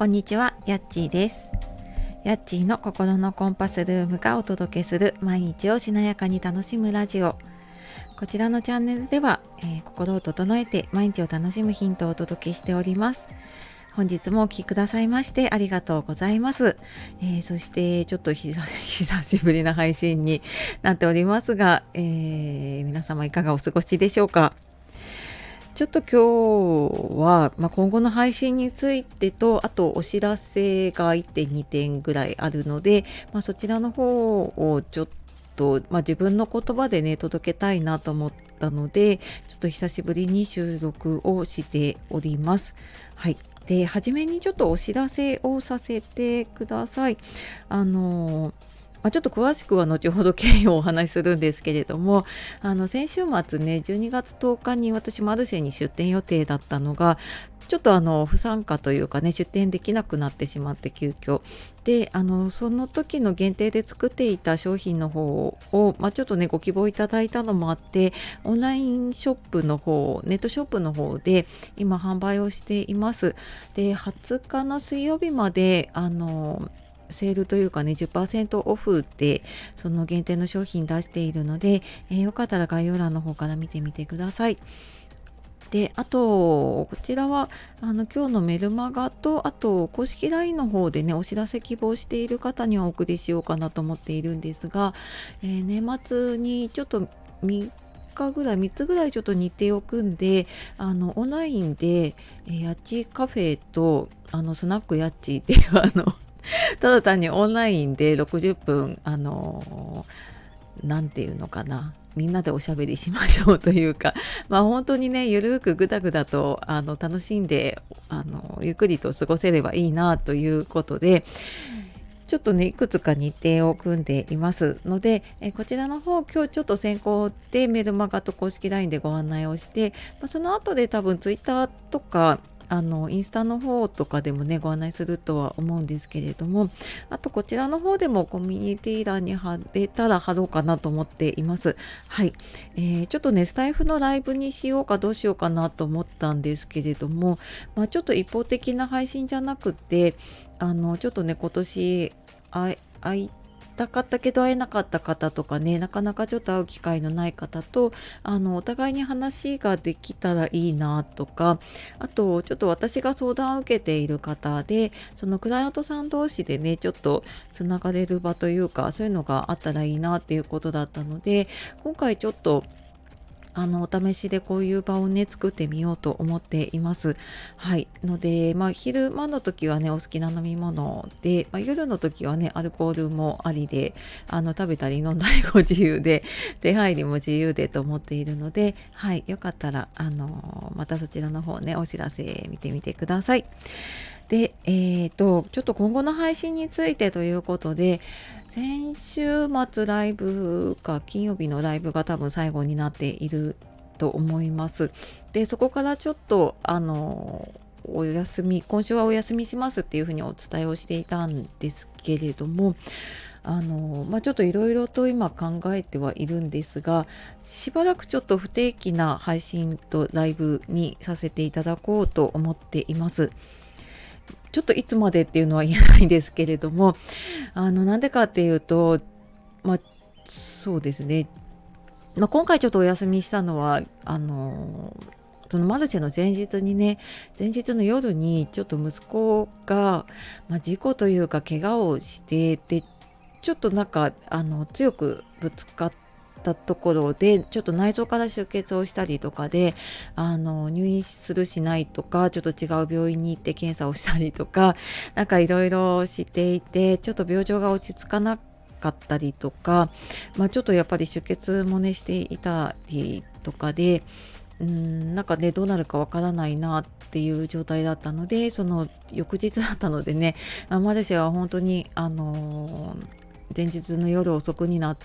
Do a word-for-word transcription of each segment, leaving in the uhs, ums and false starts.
こんにちは、やっちーです。やっちーの心のコンパスルームがお届けする毎日をしなやかに楽しむラジオ。こちらのチャンネルでは、えー、心を整えて毎日を楽しむヒントをお届けしております。本日もお聞きくださいましてありがとうございます。えー、そしてちょっと久しぶりな配信になっておりますが、えー、皆様いかがお過ごしでしょうか。ちょっと今日は、まあ、今後の配信についてと、あとお知らせがいってんにてんぐらいあるので、まあ、そちらの方をちょっと、まあ、自分の言葉でね届けたいなと思ったので、ちょっと久しぶりに収録をしております。はい。で、初めにちょっとお知らせをさせてください。あのまあ、ちょっと詳しくは後ほど経緯をお話しするんですけれども、あの先週末ね、じゅうにがつとおかに私マルシェに出店予定だったのが、ちょっとあの不参加というかね、出店できなくなってしまって急遽で、あのその時の限定で作っていた商品の方を、まあ、ちょっとねご希望いただいたのもあって、オンラインショップの方、ネットショップの方で今販売をしています。で、はつかの水曜日まであのセールというかね じゅっパーセント オフでその限定の商品出しているので、えー、よかったら概要欄の方から見てみてください。で、あとこちらはあの今日のメルマガと、あと公式 ライン の方でねお知らせ希望している方にはお送りしようかなと思っているんですが、えー、年末にちょっとみっかぐらいみっつぐらいちょっと日程を組んで、あのオンラインで、えー、やっちカフェとあのスナックやっちっていうあのただ単にオンラインでろくじゅっぷん、あのー、なんていうのかな、みんなでおしゃべりしましょうというか、まあ本当にね、ゆるくぐだぐだとあの楽しんで、あのゆっくりと過ごせればいいなということで、ちょっとねいくつか日程を組んでいますので、えこちらの方今日ちょっと先行でメルマガと公式 ライン でご案内をして、まあ、その後で多分ツイッターとかあのインスタの方とかでもねご案内するとは思うんですけれども、あとこちらの方でもコミュニティ欄に貼れたら貼ろうかなと思っています。はい、えー、ちょっとねスタイフのライブにしようかどうしようかなと思ったんですけれども、まあ、ちょっと一方的な配信じゃなくて、あのちょっとね今年会いたかったけど会えなかった方とかね、なかなかちょっと会う機会のない方と、あのお互いに話ができたらいいなとか、あとちょっと私が相談を受けている方で、そのクライアントさん同士でねちょっとつながれる場というか、そういうのがあったらいいなっていうことだったので、今回ちょっとあのお試しでこういう場をね作ってみようと思っています。はいので、まあ、昼間の時はねお好きな飲み物で、まあ、夜の時はねアルコールもありで、あの食べたり飲んだりご自由で、出入りも自由でと思っているので、はい、よかったらあのまたそちらの方ねお知らせ見てみてください。で、えーと、ちょっと今後の配信についてということで、先週末ライブか金曜日のライブが多分最後になっていると思います。で、そこからちょっとあのお休み、今週はお休みしますっていうふうにお伝えをしていたんですけれども、あのまあ、ちょっといろいろと今考えてはいるんですが、しばらくちょっと不定期な配信とライブにさせていただこうと思っています。ちょっといつまでっていうのは言えないんですけれども、あのなんでかっていうと、まあそうですね、まあ、今回ちょっとお休みしたのは、あのそのマルシェの前日にね、前日の夜にちょっと息子が、まあ、事故というか怪我をして、でちょっとなんかあの強くぶつかったところでちょっと内臓から出血をしたりとかで、あの入院するしないとか、ちょっと違う病院に行って検査をしたりとか、なんかいろいろしていて、ちょっと病状が落ち着かなかったりとか、まあ、ちょっとやっぱり出血もねしていたりとかで、うーんなんかねどうなるかわからないなっていう状態だったので、その翌日だったのでね、まあマレーシアは本当にあのー前日の夜遅くになって、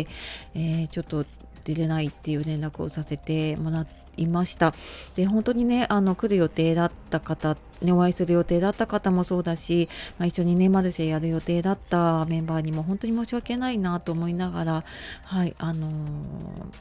えーちょっと出れないっていう連絡をさせてもらいました。で、本当にねあの来る予定だった方ね、お会いする予定だった方もそうだし、まあ、一緒にねマルシェやる予定だったメンバーにも本当に申し訳ないなと思いながら、はい、あのー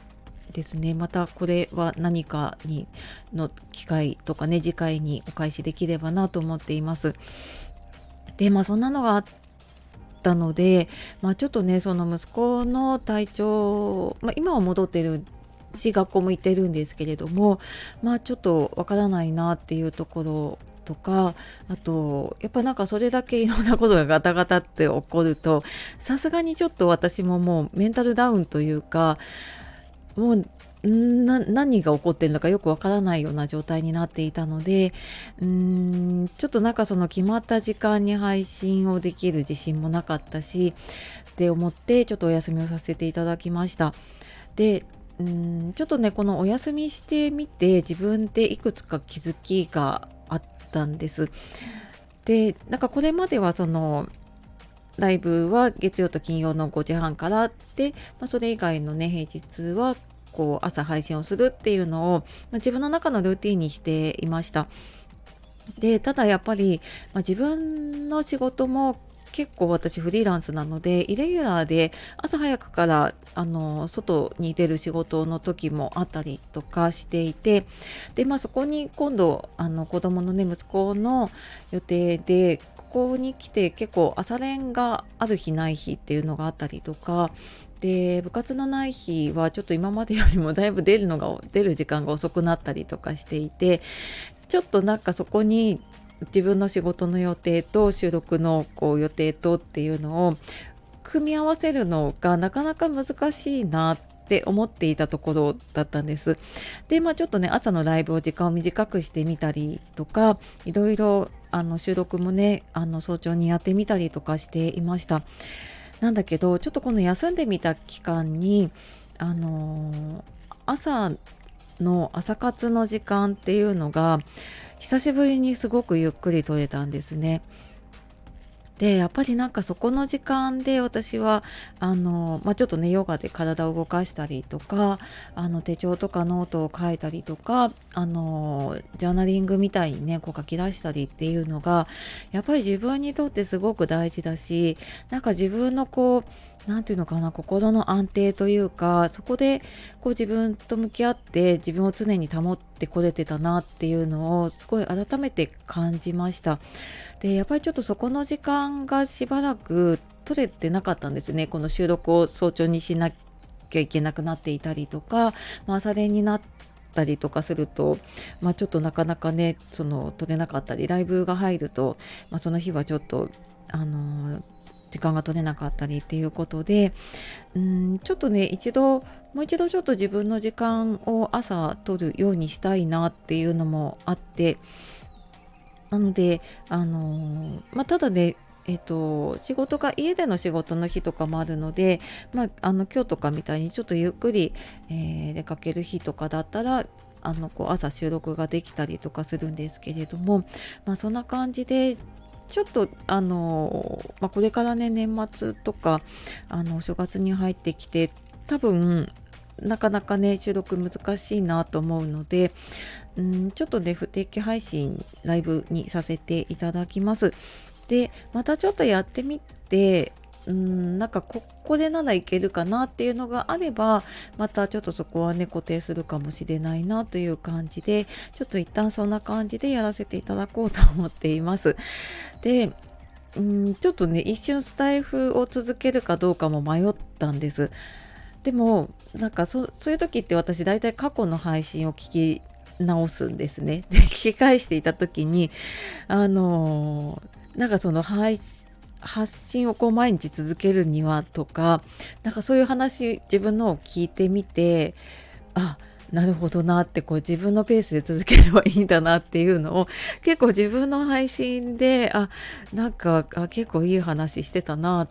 ですね。またこれは何かにの機会とかね、次回にお返しできればなと思っています。で、まあそんなのがあったので、まあちょっとね、その息子の体調、まあ今は戻ってるし、学校も行ってるんですけれども、まあちょっとわからないなっていうところとか、あとやっぱなんかそれだけいろんなことがガタガタって起こると、さすがにちょっと私ももうメンタルダウンというか、もうんな何が起こってるのかよくわからないような状態になっていたので、うーんちょっとなんかその決まった時間に配信をできる自信もなかったしって思って、ちょっとお休みをさせていただきました。で、うーんちょっとね、このお休みしてみて自分でいくつか気づきがあったんです。で、なんかこれまではそのライブは月曜と金曜のごじはんからで、まあ、それ以外のね平日はこう朝配信をするっていうのを、まあ、自分の中のルーティンにしていました。で、ただやっぱり、まあ、自分の仕事も結構私フリーランスなので、イレギュラーで朝早くからあの外に出る仕事の時もあったりとかしていて、で、まあ、そこに今度あの子供のね息子の予定でここに来て結構朝練がある日ない日っていうのがあったりとかで、部活のない日はちょっと今までよりもだいぶ出るのが出る時間が遅くなったりとかしていて、ちょっとなんかそこに自分の仕事の予定と収録のこう予定とっていうのを組み合わせるのがなかなか難しいなって思っていたところだったんです。で、まあちょっとね、朝のライブを時間を短くしてみたりとか、いろいろあの収録もね、あの早朝にやってみたりとかしていました。なんだけど、ちょっとこの休んでみた期間に、あのー朝の朝活の時間っていうのが久しぶりにすごくゆっくり取れたんですね。で、やっぱりなんかそこの時間で私はあの、まあ、ちょっとねヨガで体を動かしたりとか、あの手帳とかノートを書いたりとか、あのジャーナリングみたいにねこう書き出したりっていうのがやっぱり自分にとってすごく大事だし、なんか自分のこうなんていうのかな、心の安定というか、そこでこう自分と向き合って自分を常に保ってこれてたなっていうのをすごい改めて感じました。で、やっぱりちょっとそこの時間がしばらく取れてなかったんですね。この収録を早朝にしなきゃいけなくなっていたりとか、まあ、朝練になったりとかすると、まあ、ちょっとなかなかね、その取れなかったり、ライブが入ると、まあ、その日はちょっと、あのー時間が取れなかったりっていうことで、うん、ちょっとね、一度、もう一度ちょっと自分の時間を朝取るようにしたいなっていうのもあって、なので、あのーまあ、ただね、えっと、仕事が家での仕事の日とかもあるので、まあ、あの今日とかみたいにちょっとゆっくり、えー出かける日とかだったらあのこう朝収録ができたりとかするんですけれども、まあ、そんな感じでちょっとあのーまあ、これからね年末とかあのお正月に入ってきて多分なかなかね収録難しいなと思うので、うん、ちょっとね不定期配信ライブにさせていただきます。で、またちょっとやってみて、うん、なんかここでならいけるかなっていうのがあれば、またちょっとそこはね固定するかもしれないなという感じで、ちょっと一旦そんな感じでやらせていただこうと思っています。で、うん、ちょっとね一瞬スタイフを続けるかどうかも迷ったんです。でもなんかそそういう時って私大体過去の配信を聞き直すんですね。で、聞き返していた時にあのーなんかその配発信をこう毎日続けるにはとか、なんかそういう話自分のを聞いてみて、あ、なるほどなって、こう自分のペースで続ければいいんだなっていうのを結構自分の配信で、あ、なんかあ結構いい話してたなって、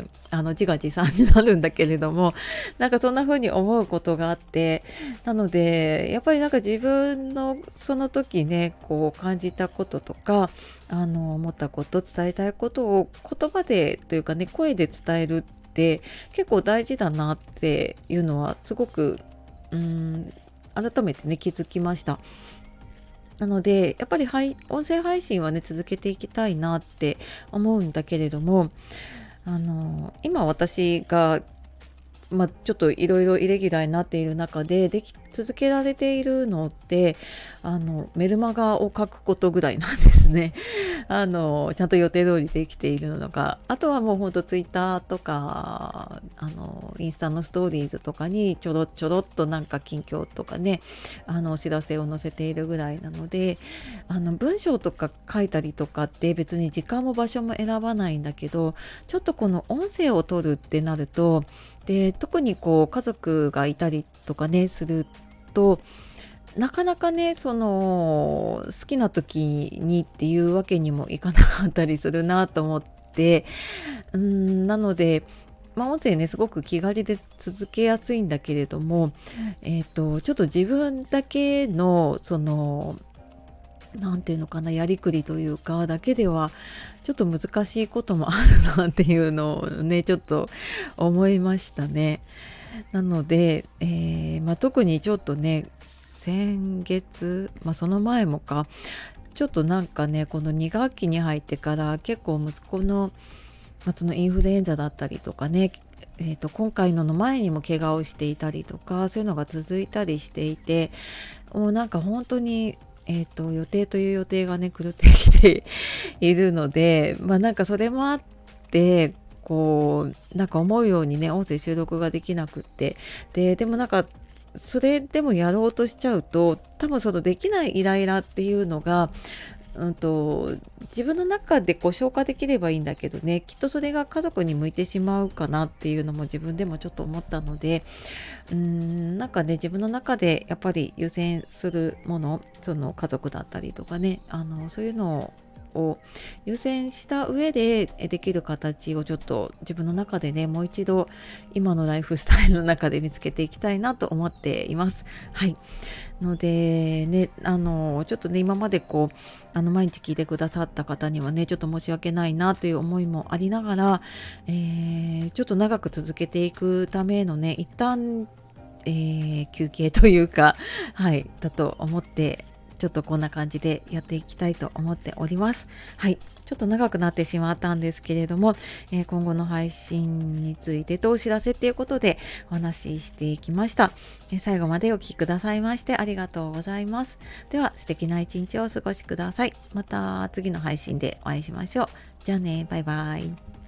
あの自画自賛になるんだけれども、なんかそんな風に思うことがあって、なのでやっぱりなんか自分のその時ねこう感じたこととか、あの思ったこと、伝えたいことを言葉でというかね声で伝えるって結構大事だなっていうのはすごくうーん改めてね気づきました。なのでやっぱり配音声配信はね続けていきたいなって思うんだけれども、あの今私がまあ、ちょっといろいろイレギュラーになっている中ででき続けられているのってあのメルマガを書くことぐらいなんですね。あのちゃんと予定通りできているのが、あとはもうほんとツイッターとかあのインスタのストーリーズとかにちょろちょろっとなんか近況とかね、あのお知らせを載せているぐらいなので、あの文章とか書いたりとかって別に時間も場所も選ばないんだけど、ちょっとこの音声を取るってなると、で特にこう家族がいたりとかねすると、なかなかねその好きな時にっていうわけにもいかなかったりするなと思って、うーんなので、まあ、音声ねすごく気軽で続けやすいんだけれども、えっとちょっと自分だけのそのなんていうのかな、やりくりというかだけではちょっと難しいこともあるなっていうのをねちょっと思いましたね。なので、えーまあ、特にちょっとね先月、まあ、その前もかちょっとなんかねこのに学期に入ってから結構息子の、まあ、そのインフルエンザだったりとかね、えー、と今回のの前にも怪我をしていたりとかそういうのが続いたりしていて、もうなんか本当にえー、と予定という予定がね狂ってきているので、まあなんかそれもあってこうなんか思うようにね音声収録ができなくって、ででもなんかそれでもやろうとしちゃうと多分そのできないイライラっていうのがうんと自分の中でこう消化できればいいんだけどね、きっとそれが家族に向いてしまうかなっていうのも自分でもちょっと思ったので、うーんなんかね自分の中でやっぱり優先するもの、その家族だったりとかね、あのそういうのを優先した上でできる形をちょっと自分の中でねもう一度今のライフスタイルの中で見つけていきたいなと思っています。はいのでね、あのちょっとね今までこうあの毎日聞いてくださった方にはねちょっと申し訳ないなという思いもありながら、えー、ちょっと長く続けていくためのね一旦、えー、休憩というかはいだと思ってちょっとこんな感じでやっていきたいと思っております。はい。ちょっと長くなってしまったんですけれども、えー、今後の配信についてとお知らせということでお話ししていきました。えー、最後までお聞きくださいましてありがとうございます。では素敵な一日をお過ごしください。また次の配信でお会いしましょう。じゃあね、バイバイ。